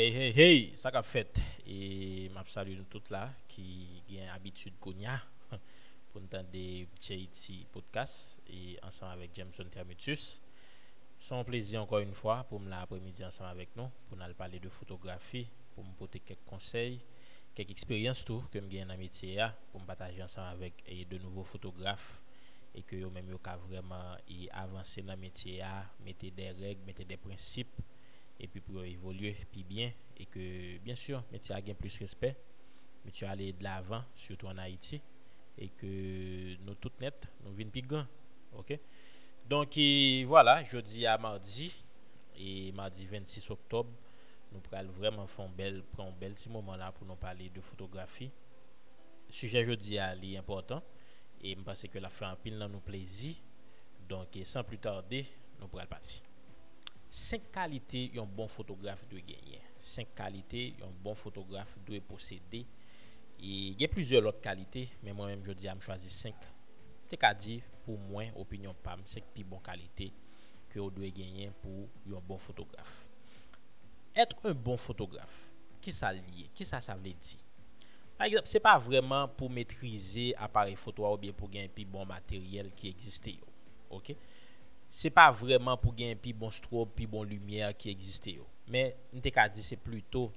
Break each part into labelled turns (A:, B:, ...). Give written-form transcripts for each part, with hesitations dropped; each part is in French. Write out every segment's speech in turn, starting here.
A: Hey, ça qu'a fait. Et m'a salué nous toutes là qui ont habitude Konya pour entendre des JT podcast et ensemble avec Jameson Termitus. C'est un plaisir encore une fois pour me l'après-midi ensemble avec nous pour nous parler de photographie, pour me porter quelques conseils, quelques expériences tout que me gagne dans métier là pour me partager ensemble avec de nouveaux photographes et que yo même yo ka vraiment avancer dans métier là, mettre des règles, mettre des principes et puis pour évoluer puis bien et que bien sûr métier a gain plus respect métier aller de l'avant surtout en Haïti et que nous tout net nous vinn plus grand. OK, donc voilà jeudi à mardi et mardi 26 octobre nous pral vraiment prendre un bel petit moment là pour nous parler de photographie. Sujet jeudi à li important et me pense que la fait en pile dans nous plaisir, donc sans plus tarder nous pral partir. 5 qualités un bon photographe doit gagner. 5 qualités un bon photographe doit posséder. Et il y a plusieurs autres qualités, mais moi-même je dis à me choisir 5. C'est qu'à dire pour moi opinion pam 5 plus bonnes qualités que on doit gagner pour un bon photographe. Être un bon photographe, qui ça lié, qui ça veut dire? Par exemple, c'est pas vraiment pour maîtriser appareil photo ou bien pour gagner plus bon matériel qui existe. OK? C'est pas vraiment pour gagner plus bon strobe, plus bon lumière qui existe. Mais on te ka dit c'est plutôt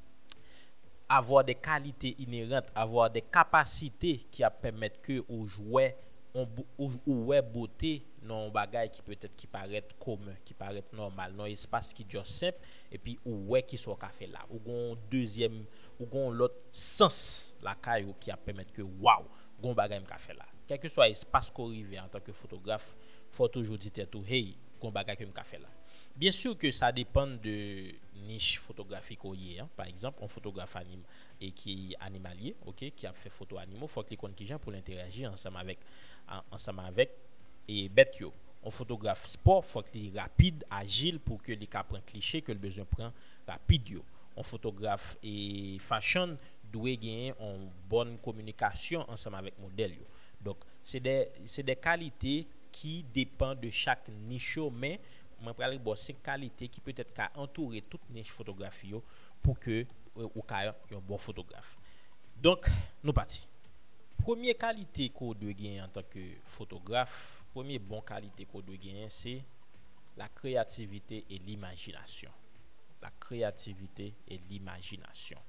A: avoir des qualités inhérentes, avoir des capacités qui a permettre que au jouer ou beauté non bagay qui peut-être qui paraît commun, qui paraît normal, non espace qui est simple et puis ouais qui soit ka fait là. Ou gon deuxième ou gon l'autre sens la caille qui a permettre que waouh, gon bagay ka fait là. Quel que soit espace qu'on rive en tant que photographe, faut toujours dire tout hey, gon bagay que ka fait là. Bien sûr que ça dépend de niche photographique ou hein. Par exemple, un photographe et qui est animalier, OK, qui a fait photo animaux, faut qu'il connaisse qui pour l'interagir ensemble avec et bête yo. Un photographe sport, faut qu'il est rapide, agile pour que les cas prend cliché que le besoin prend rapide yo. Un photographe et fashion doit gagner une bonne communication ensemble avec modèle yo. Donc c'est des qualités qui dépendent de chaque niche mais moi parler bon c'est qualité qui peut-être qu'à entourer toute niche photographie pour que ou ka un bon photographe. Donc nous parti. Première qualité qu'on doit gagner en tant que photographe, première bonne qualité qu'on doit gagner c'est la créativité et l'imagination. La créativité et l'imagination.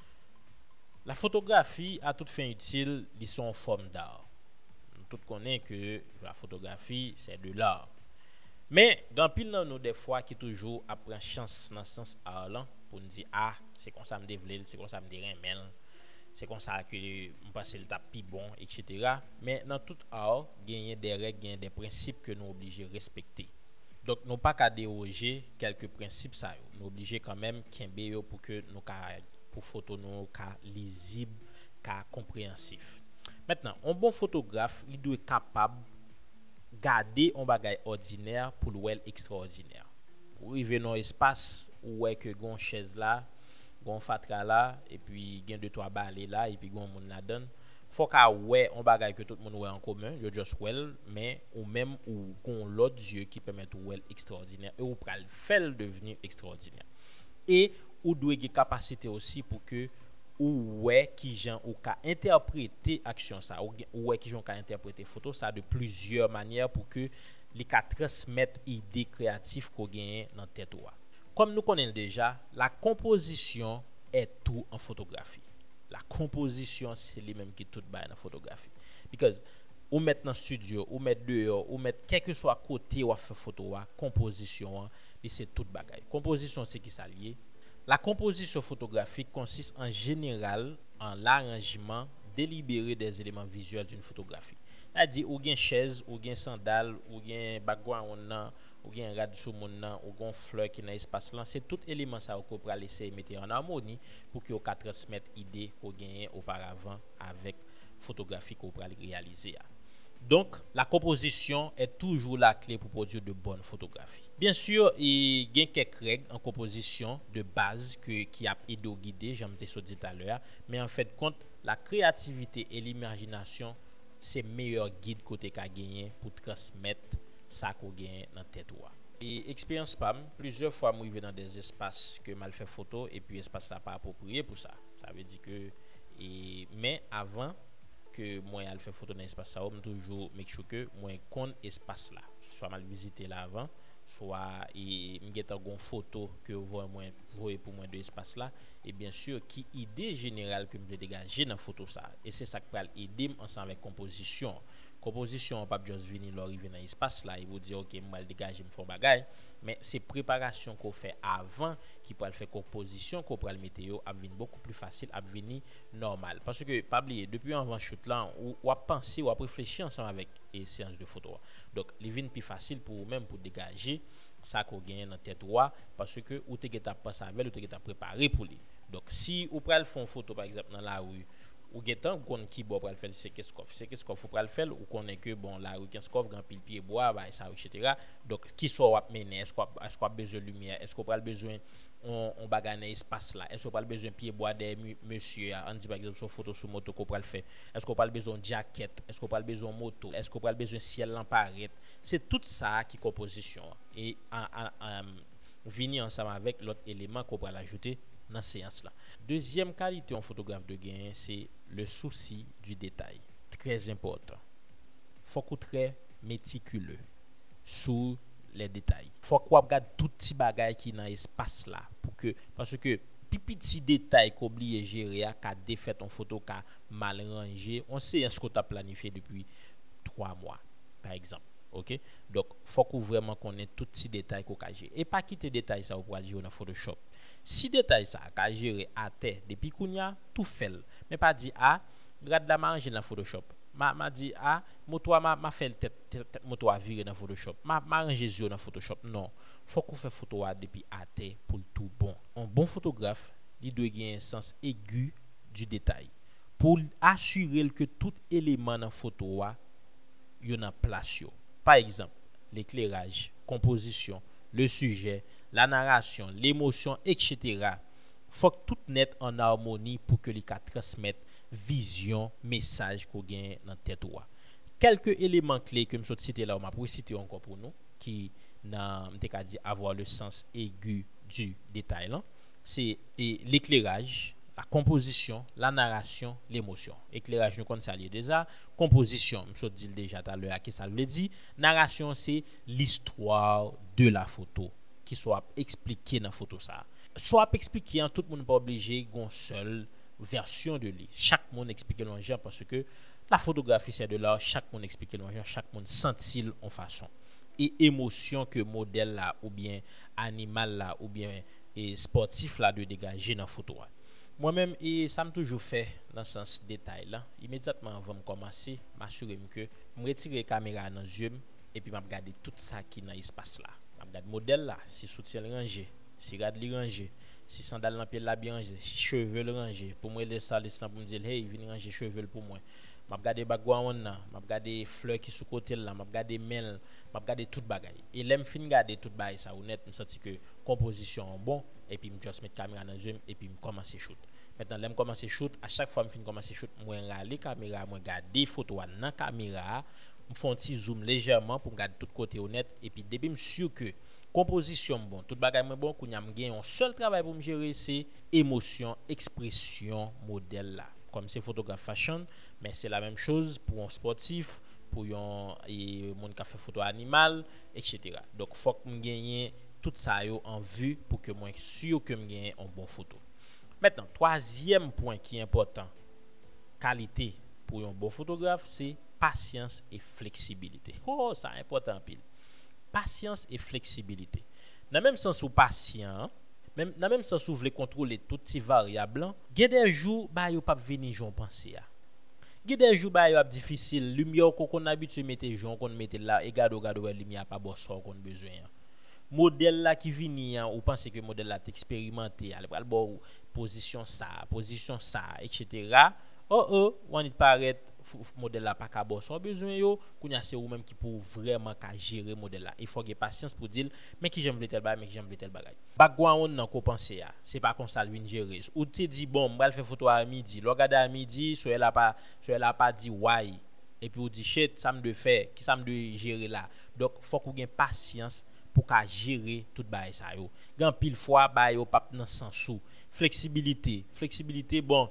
A: La photographie a toute fin utile, ils sont en forme d'art. Tout connaît que la photographie c'est de l'art. Mais dans pile nan nous des fois qui toujours apprend chance dans sens art là pour nous dire ah c'est comme ça me développer c'est comme ça me remel c'est comme ça que me passer le tapis bon etc. Mais dans tout art gagner des règles gagner des principes que nous obligés respecter. Donc nous pas qu'à déroger quelques principes ça nous obligés quand même kembe yo pour que nous pour photo nous ka lisible ka compréhensif. Maintenant un bon photographe il doit être capable garder un bagage ordinaire pour le well extraordinaire. Pour arriver dans espace où est que gon chaise là, gon fatra là et puis gen deux trois balais là et puis gon moun la donne. Faut qu'a ouais un bagage que tout le monde ouais en commun, yo just well mais ou même ou gon l'autre yeux qui permet ou well extraordinaire et ou pral faire devenir extraordinaire. Et ou doit gen capacité aussi pour que ou ouais qui gens ou ka interpréter action ça ou ouais qui gens ka interpréter photo ça de plusieurs manières pour que les ka transmettre idées créatives qu'on gagne dans tête ou. Comme nous connaissons déjà, la composition est tout en photographie. La composition c'est les mêmes qui tout bail dans photographie. Because ou mettre dans studio, ou mettre dehors, ou mettre quel que soit côté ou faire photo composition c'est tout bagaille. Composition c'est qui s'allié. La composition photographique consiste en général en l'arrangement délibéré des éléments visuels d'une photographie. C'est-à-dire ou gen chaise, ou gen sandale, ou gen background ou gen rad sous mon nan, ou gen fleur qui dans espace là, c'est tout élément ça qu'on peut laisser mettre en harmonie pour que on transmettre idée qu'on gagne auparavant avec photographie qu'on peut réaliser. Donc, la composition est toujours la clé pour produire de bonnes photographies. Bien sûr, il y a quelques règles en composition de base qui a aidé au guider, j'en ai dit tout à l'heure, mais en fait, compte la créativité et l'imagination, c'est le meilleur guide côté qu'a gagné pour transmettre ça qu'on gagne dans tête ou. Et expérience PAM, plusieurs fois moi dans des espaces que mal fait photo et puis espace là pas approprié pour ça. Ça veut dire que mais avant que moi al faire photo dans espace ça, on toujours make sure que moi connais espace là. Soit mal visiter là avant, soit et m'geta gon photo que voyez pour moi de espace là et bien sûr qui idée générale que me dégager dans photo ça et c'est ça qui va aider ensemble avec composition pas juste venir arriver dans l'espace là il vous dire OK moi dégager me faire bagaille mais c'est préparation qu'on fait avant qui peut faire composition qu'on peut le météo a venir beaucoup plus facile a venir normal parce que pas oublier depuis avant shoot là ou a penser ou a réfléchir ensemble avec les séances de photo donc il vient plus facile pour même pour dégager ça qu'on gagne dans tête droit parce que ou tu as pensé avec ou tu as préparé pour lui donc si ou pral font photo par exemple dans la rue ou getan kon ki bo pral faire c'est qu'est-ce qu'on faut pral faire ou connaît que bon la rue qu'est-ce qu'on grand pile pied bois bah ça etc. donc qui soit wap mener est-ce qu'on a besoin de lumière est-ce qu'on pral besoin on bagane espace là est-ce qu'on pral besoin pied bois des monsieur on dit par exemple sur photo sur moto qu'on pral faire est-ce qu'on pral besoin jacket est-ce qu'on pral besoin moto est-ce qu'on pral besoin ciel lamparaire c'est tout ça qui composition et venir ensemble avec l'autre élément qu'on pral ajouter dans séance là. Deuxième qualité en photographe de gain, c'est le souci du détail. Très important. Faut qu'on très méticuleux sur les détails. Faut qu'on regarde tout petit bagage qui dans espace là parce que petit détail qu'on oublie gérer à qu'a défait en photo qu'a mal rangé, on sait ce qu'on t'a planifié depuis 3 mois par exemple. OK? Donc faut qu'on vraiment connaît tout petit détail qu'on gérer et pas quitter détail ça pour gérer dans Photoshop. Si détail ça qu'a gérer à terre depuis kounya tout fait mais pas dit regarde la manger dans Photoshop m'a dit moto m'a fait tête moto a virer dans Photoshop m'a ranger yeux dans Photoshop non faut qu'on fait photo depuis à terre pour tout bon un bon photographe il doit avoir un sens aigu du détail pour assurer que tout élément dans photo y en place yo. Par exemple l'éclairage composition le sujet la narration, l'émotion, etc. Faut que tout net en harmonie pour que les cas transmettent vision, message qu'on gagne dans tête ou. Quelques éléments clés que je vais citer là, on m'a pour citer encore pour nous qui n'a dit avoir le sens aigu du détail là, c'est l'éclairage, la composition, la narration, l'émotion. Éclairage nous connaissons déjà, composition, je dit déjà tout à l'heure qui ça veut dire, narration c'est l'histoire de la photo qui soit expliqué dans photo ça soit expliqué en tout le monde pas obligé gon seule version de lui chaque monde explique l'enjeu parce que la photographie c'est de l'art chaque monde explique l'enjeu chaque monde sent-il en façon et émotion que modèle là ou bien animal là ou bien et sportif là de dégager dans photo moi-même et ça me toujours fait dans sens détail là immédiatement avant de commencer m'assurer que me retirer caméra dans yeux et puis m'a regarder tout ça qui dans espace là regarde modèle là si soutien rangé si rad li rangé si sandale dans pied là bien rangé si cheveux rangé pour moi les salles pour me dire hey viens ranger cheveux pour moi m'a regarder background là m'a regarder fleurs qui sous côté là m'a regarder mail m'a regarder toute bagaille et l'aime fin regarder toute bagaille ça honnête me senti que composition bon et puis me juste mettre caméra dans zoom et puis me commencer shoot maintenant l'aime commencer shoot à chaque fois me fin commencer shoot moi râler caméra moi garder photo dans caméra me font un petit zoom légèrement pour garder tout côté honnête et puis depuis me sûr que composition bon tout bagage bon qu'on y a un seul travail pour me gérer c'est émotion expression modèle là comme c'est photographe fashion mais c'est la même chose pour un sportif pour un monde qui fait photo animal etc. donc faut que me gagne tout ça yo en vue pour que moi sûr que me gagne un bon photo. Maintenant troisième point qui est important qualité pour un bon photographe c'est patience et flexibilité. Oh, ça important pile. Patience et flexibilité. Dans le même sens où patient, même dans le même sens où vous voulez contrôler toutes ces variables, il y a des jours bah yo pas venir j'en penser. Il y a des jours bah yo difficile, lumière qu'on habitué mettre j'on qu'on mettre là et garde lumière pas bon ça qu'on besoin. Modèle là qui vient ou pensez que modèle là t'expérimenté, elle va bon position ça, etc. On il paraît modèle là pas ka bon so besoin yo kounya c'est ou même qui pour vraiment ka gérer modèle là il faut avoir patience pour dire mais qui j'aime tel bagage mais qui j'aime tel bagage background nan ko penser a c'est pas comme ça vinn gérer ou te dit bon m'va faire photo à midi le regarder à midi soit elle a pas dit why et puis ou dit shit ça me de faire qui ça me de gérer là Donc faut qu'on ait patience pour qu'à gérer tout bail ça yo. Gan pile fois bail yo pas dans sens sou. Flexibilité bon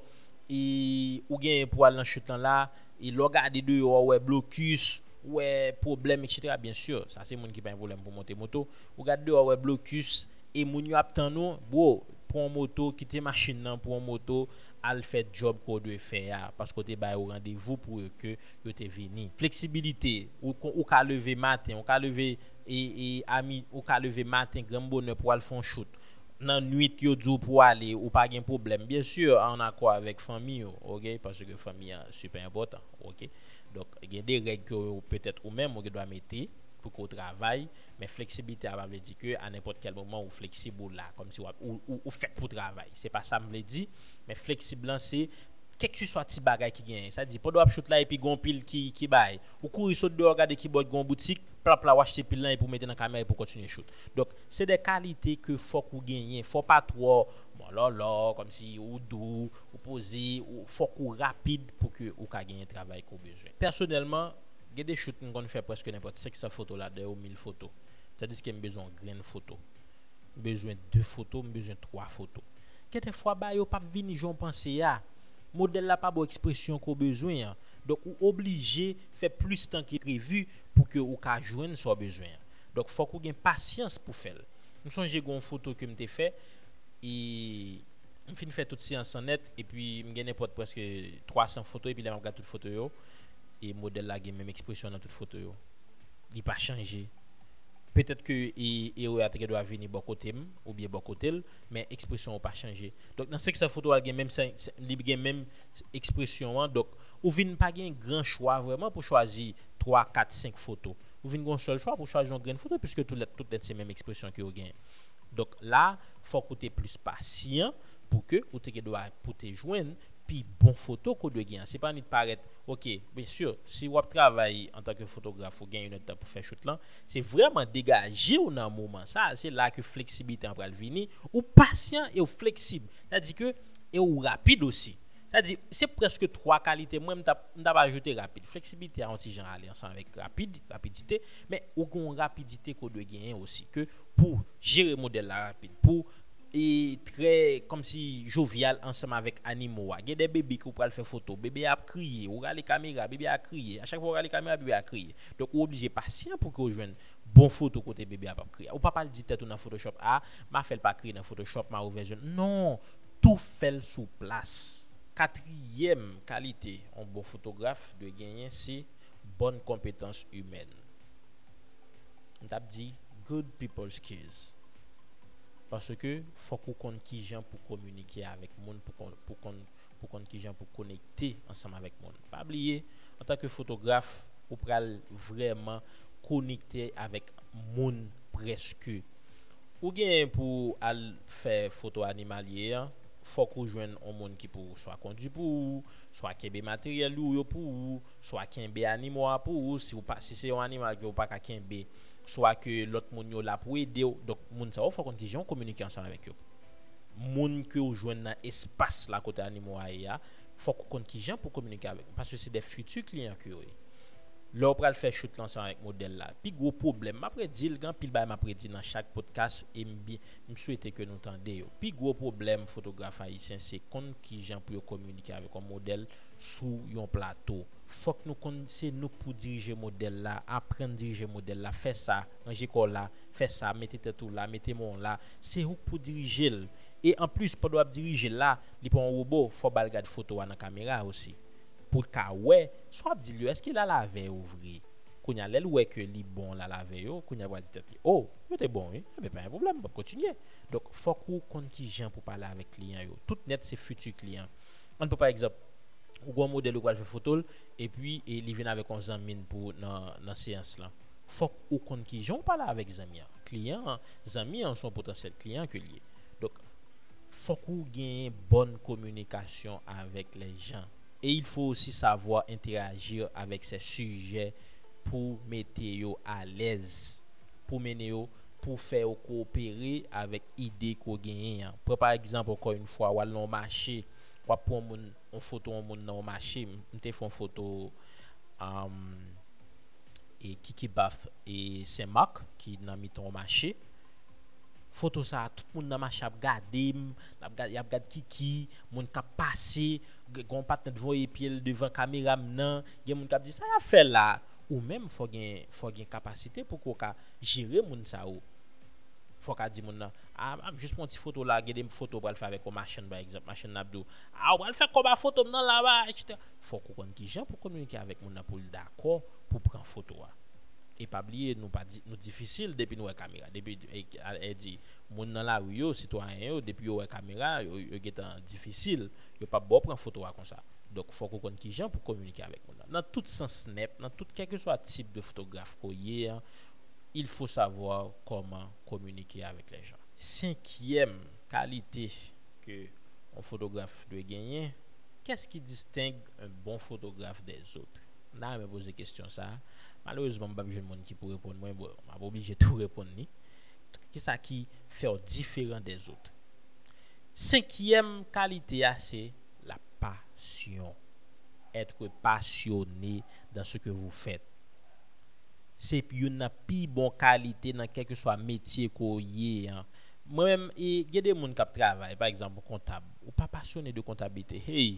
A: et ou gen pour aller dans chute là et regarder dehors ouais blocus ouais problème etc. bien sûr ça c'est monde qui pas un problème pour monter moto ou regarder dehors ouais blocus et moun yo attend nous bro pour moto quitter machine nan pour moto al fait job qu'on doit faire parce que tu ba au rendez-vous pour que yo te vini flexibilité ou ka lever matin ou ka lever et ami ou ka lever matin grand bonheur pour aller faire shoot dans nuit yo dou pour aller ou pas gen problème bien sûr en accord avec famille OK parce que famille est super important OK donc il y a des règles que peut-être ou même on doit mettre pour qu'on travaille mais flexibilité ça veut dire que à n'importe quel moment ou flexible là comme si ou fait pour travail c'est pas ça me veut dire mais flexible c'est quel que soit petit bagay qui gagne ça dit pas doit shoot là et puis gon pile qui bail ou courir saute dehors regarder qui boit gon boutique pla acheter pile là et pour mettre dans caméra et pour continuer shoot donc c'est des qualités que faut qu'on gagne faut pas trop bon là comme si ou doux ou posé ou faut qu'on rapide pour que ou ka gagner travail qu'on besoin personnellement j'ai des shoots qu'on fait presque n'importe 500 photos là dedans ou 1000 photos c'est-à-dire que j'ai besoin de graines photos besoin 2 photos besoin 3 photos quelquefois ba yo pas venir j'en penser à modèle là pas bon expression qu'on besoin donc ou obligé faire plus temps que prévu pour que ou ka joindre son besoin donc faut qu'on ait patience pour faire me songe gon photo que m'te fait et me fin fait toute séance en net et puis me gagne presque 300 photos et puis là on regarde toutes photos yo et modèle là gagne même expression dans toute photo yo il pas changé peut-être que et doit venir bon côté ou bien bon côté mais expression pas changé donc dans cette photo il y a même expression donc ou vinn pas gain grand choix vraiment pour choisir 3 4 5 photos ou vinn un seul choix pour choisir une grande photo puisque toutes ces mêmes expressions que vous gain donc là faut que tu plus patient pour que ou te doit pour te joindre puis bon photo qu'on doit gagner c'est pas ni paraître OK bien sûr si vous travaillez en tant que photographe vous gagnez un temps pour faire shoot là c'est vraiment dégager ou dans moment ça c'est là que flexibilité en pral venir ou patient et ou flexible c'est-à-dire que et ou rapide aussi c'est-à-dire c'est presque 3 qualités moi m'ta pas ajouter rapide flexibilité en petit genre aller ensemble avec rapidité mais ou gon rapidité qu'on doit gagner aussi que pour gérer modèle là rapide pour et très comme si jovial ensemble avec animaux. Il y a des bébés qui peuvent faire photo, bébé a crié, ou regarde les caméras, bébé a crié. À chaque fois regarde les caméras, bébé a crié. Donc on obligé patient pour que vous joigne bon photo côté bébé a pas crié. Ou pas le dire tout dans Photoshop m'a fait pas crier dans Photoshop m'a version. Non, tout fait sous place. Quatrième qualité un bon photographe de gagner c'est bonne compétence humaine. On t'a dit good people skills. Parce que faut qu'on connaisse qui gens pour communiquer avec monde pour connaître qui gens pour connecter ensemble avec monde. Pas oublier en tant que photographe ou pral vraiment connecter avec monde presque ou bien pour faire photo animalière faut qu'on joigne un monde qui pour soit conduit pour soit kembe matériel ou pour soit kembe animal pour si ou pas si c'est un animal que ou pas kembe soit que l'autre moun yo là pour aider donc moun ça faut qu'on gens communiquer ensemble avec eux moun que ou joindre dans espace là côté animal ya faut qu'on gens pour communiquer avec parce que c'est des futurs clients que là on pral faire shoot ensemble avec modèle là puis gros problème après dire grand pile ba m'après dit dans chaque podcast et me souhaiter que nous entendez yo puis gros problème photographe haïtien c'est qu'on qui gens pour communiquer avec un modèle sous un plateau faut que nous c'est nous pour diriger modèle là apprendre diriger modèle là faire ça ranger quoi là faire ça mettez tout là mettez mon là c'est vous pour diriger et en plus pour doit diriger là il prend un robot faut ba regarder photo dans caméra aussi pour ka ouais soit dit est-ce qu'il a lavé ouvrir kounya l'elle ouais que li bon la laver yo kounya va dire oh c'était bon oui mais pas un problème on continuer donc faut qu'on compte qui gens pour parler avec client yo tout net c'est futur client on peut par exemple ou un modèle ou faire photo et puis il vient avec un ami pour dans séance là faut qu'on compte qui gens parler avec amis client amis en son potentiel client que lié donc faut qu'on gagne bonne communication avec les gens. Et il faut aussi savoir interagir avec ces sujets pour mettre yo à l'aise, pour mener yo, pour faire coopérer avec idée qu'on gagne. Par exemple encore une fois, ou aller au marché, ou pour une photo on dans marché, on te fait une photo et Kiki Bath et Saint-Marc qui dans miton marché. Photo ça tout le monde dans marché a regarder, y a regarder Kiki, monde qui passer, gon pas de voyer pied devant caméra nan, y a monde qui dit ça y a fait là ou même faut gain capacité pour qu'on gérer monde ça ou faut qu'a dit mon nan juste mon petit photo là gade des photos pour le faire avec une machine par exemple machine n'abdou on va le faire comme photo nan là-bas etc. Faut qu'on connaisse qui gens pour communiquer avec mon nan pour d'accord pour prendre photo et pas oublier nous pas nous difficile depuis nous caméra depuis elle dit mon nan la rue yo citoyen yo depuis yo caméra yo étant difficile yo pas bon prendre photo comme ça donc faut qu'on connaisse qui gens pour communiquer avec mon nan dans tout sens net dans tout quel que soit type de photographe qu'on y est il faut savoir comment communiquer avec les gens. Cinquième qualité que un photographe doit gagner, qu'est-ce qui distingue un bon photographe des autres? Là, je me pose question ça. Malheureusement, je n'ai pas de monde qui peut répondre. Moi, je suis obligé de tout répondre. Qu'est-ce qui fait différent des autres? Cinquième qualité, c'est la passion. Être passionné dans ce que vous faites. C'est une plus bonne qualité dans quel que soit métier qu'on y est. Moi-même, il y a des gens qui travaillent, par exemple, comptable. Ou pas passionné de comptabilité. Hey,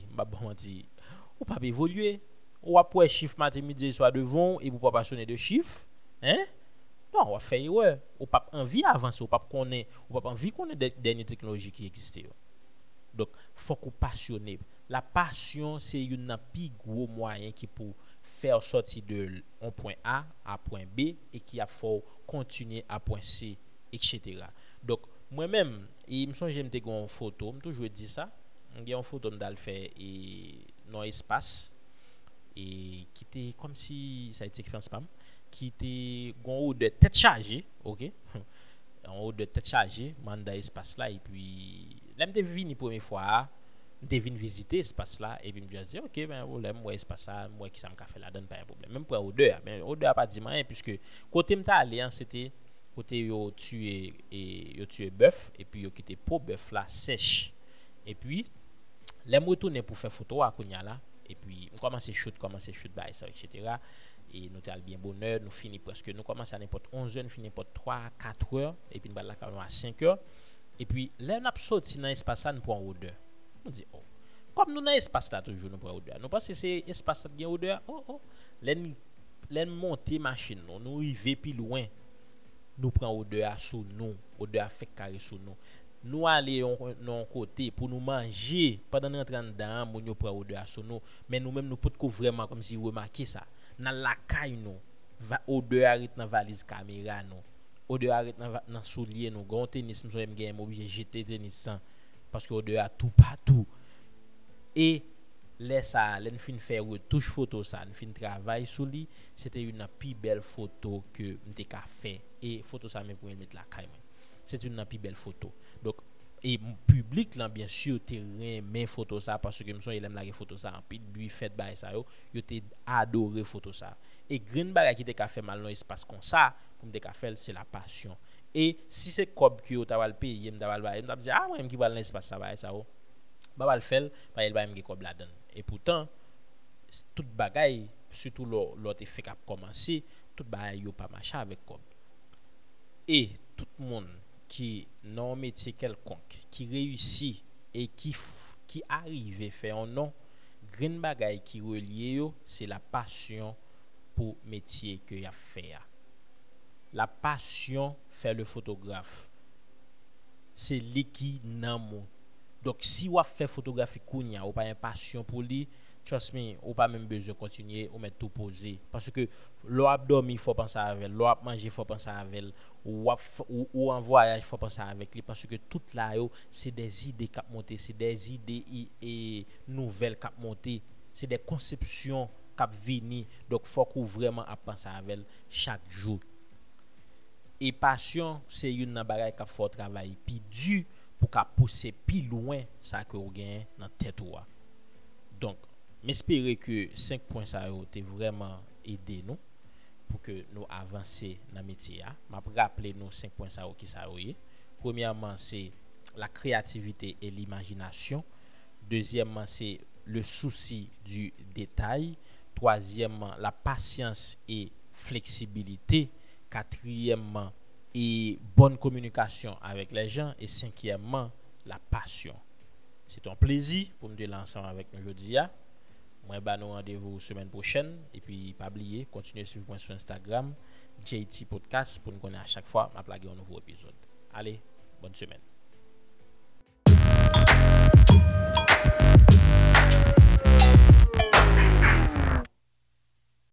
A: ou pas évoluer. Ou après chiffre matin, midi, soir devant, et vous pas passionné de chiffres. Hein? Non, on va faire erreur. Ou pas envie d'avancer, ou pas connaître, ou pas envie qu'on ait des dernières technologies qui existent. Donc, il faut qu'on passionné. La passion, c'est un plus gros moyen qui pour faire sortir de un point A à point B et qui a faut continuer à point C, etc. Donc, moi-même, il me semble que j'ai une photo, je toujours dit ça, j'ai une photo de faire dans l'espace et qui était comme si ça a été écrit en spam, qui était en haut de tête chargée, ok? En haut de tête chargée, dans l'espace là, et puis, là, je suis venu la première fois. Je viens visiter espace là et puis me dire OK ben problème moi espace là moi qui ça me fait là-dedans pas un problème même pour odeur mais odeur pas dit rien puisque côté m'ta allé c'était côté yo tué bœuf et puis yo quitté peau bœuf là sèche et puis les me retourner pour faire photo à Kounia là et puis on commence shoot bah ça etc. et nous t'al bien bonheur nous fini presque nous commence à n'importe 11h nous finit n'importe 3-4h et puis nous va là à 5h et puis là on a sorti dans espace là nous prend odeur. On dit oh comme nous dans espace là toujours nous prend odeur nous pense que c'est espace là qui a odeur les monter machine nous arriver plus loin nous prend odeur sous nous odeur fait carré sous nous aller non côté pour nous manger pendant nous entrer dedans nous prend odeur sous nous mais nous même nous peut vraiment comme si remarquer ça dans la caille nous odeur arrête dans valise caméra nous odeur arrête dans soulier nous gon tennis nous j'aime game obligé jeter tennis sans parce que odeur tout partout et laisse ça l'en fin faire retouche photo ça fin travail sur lui c'était une plus belle photo que m'était qu'a fait et photo ça même pour mettre la caille c'est une plus belle photo donc et public là bien sûr terrain mais photo ça parce que me son il aime la photo ça en pile lui fait bail ça yo t'ai adoré photo ça et green bagay qui t'ai qu'a fait mal dans espace comme ça pour m'était qu'a fait c'est la passion et si c'est cob que tu vas le payer me va dire ah moi qui va dans l'espace ça va ça ba va le faire pa il va me cob là-dedans et pourtant toute bagaille surtout l'autre effet qui a commencé toute bagaille yo pas marcher avec cob et tout le monde qui dans un métier quelconque qui réussit et qui arrive faire un nom green bagaille qui relié yo c'est la passion pour métier que y a fait. La passion fait le photographe. C'est lui qui nan mon. Donc si vous fait photographie kounya ou pas une passion pour lui, trust me, ou pas même besoin de continuer ou mettre tout poser parce que l'eau abdomen il faut penser avec, l'eau à manger il faut penser avec, ou en voyage il faut penser avec lui parce que tout là c'est des idées qui monter, c'est des idées et nouvelles qui monter, c'est des conceptions qui venir. Donc faut qu'on vraiment à penser avec chaque jour. Et passion c'est une bagaille qui faut travailler puis dur pour qu'a pousser plus loin ça que vous gagne dans tête ou. Donc m'espérer que 5 points ça été vraiment aidé nous pour que nous avancer dans métier a. M'a rappeler nous 5 points ça qui ça est. Premièrement c'est la créativité et l'imagination. Deuxièmement c'est le souci du détail. Troisièmement la patience et flexibilité. Quatrièmement, et bonne communication avec les gens. Et cinquièmement, la passion. C'est un plaisir pour me dire l'ensemble avec nous aujourd'hui. Moi, nous rendez-vous semaine prochaine. Et puis, pas oublier, continuez à suivre moi sur Instagram, JT Podcast, pour nous connaître à chaque fois, ma plague un nouveau épisode. Allez, bonne semaine.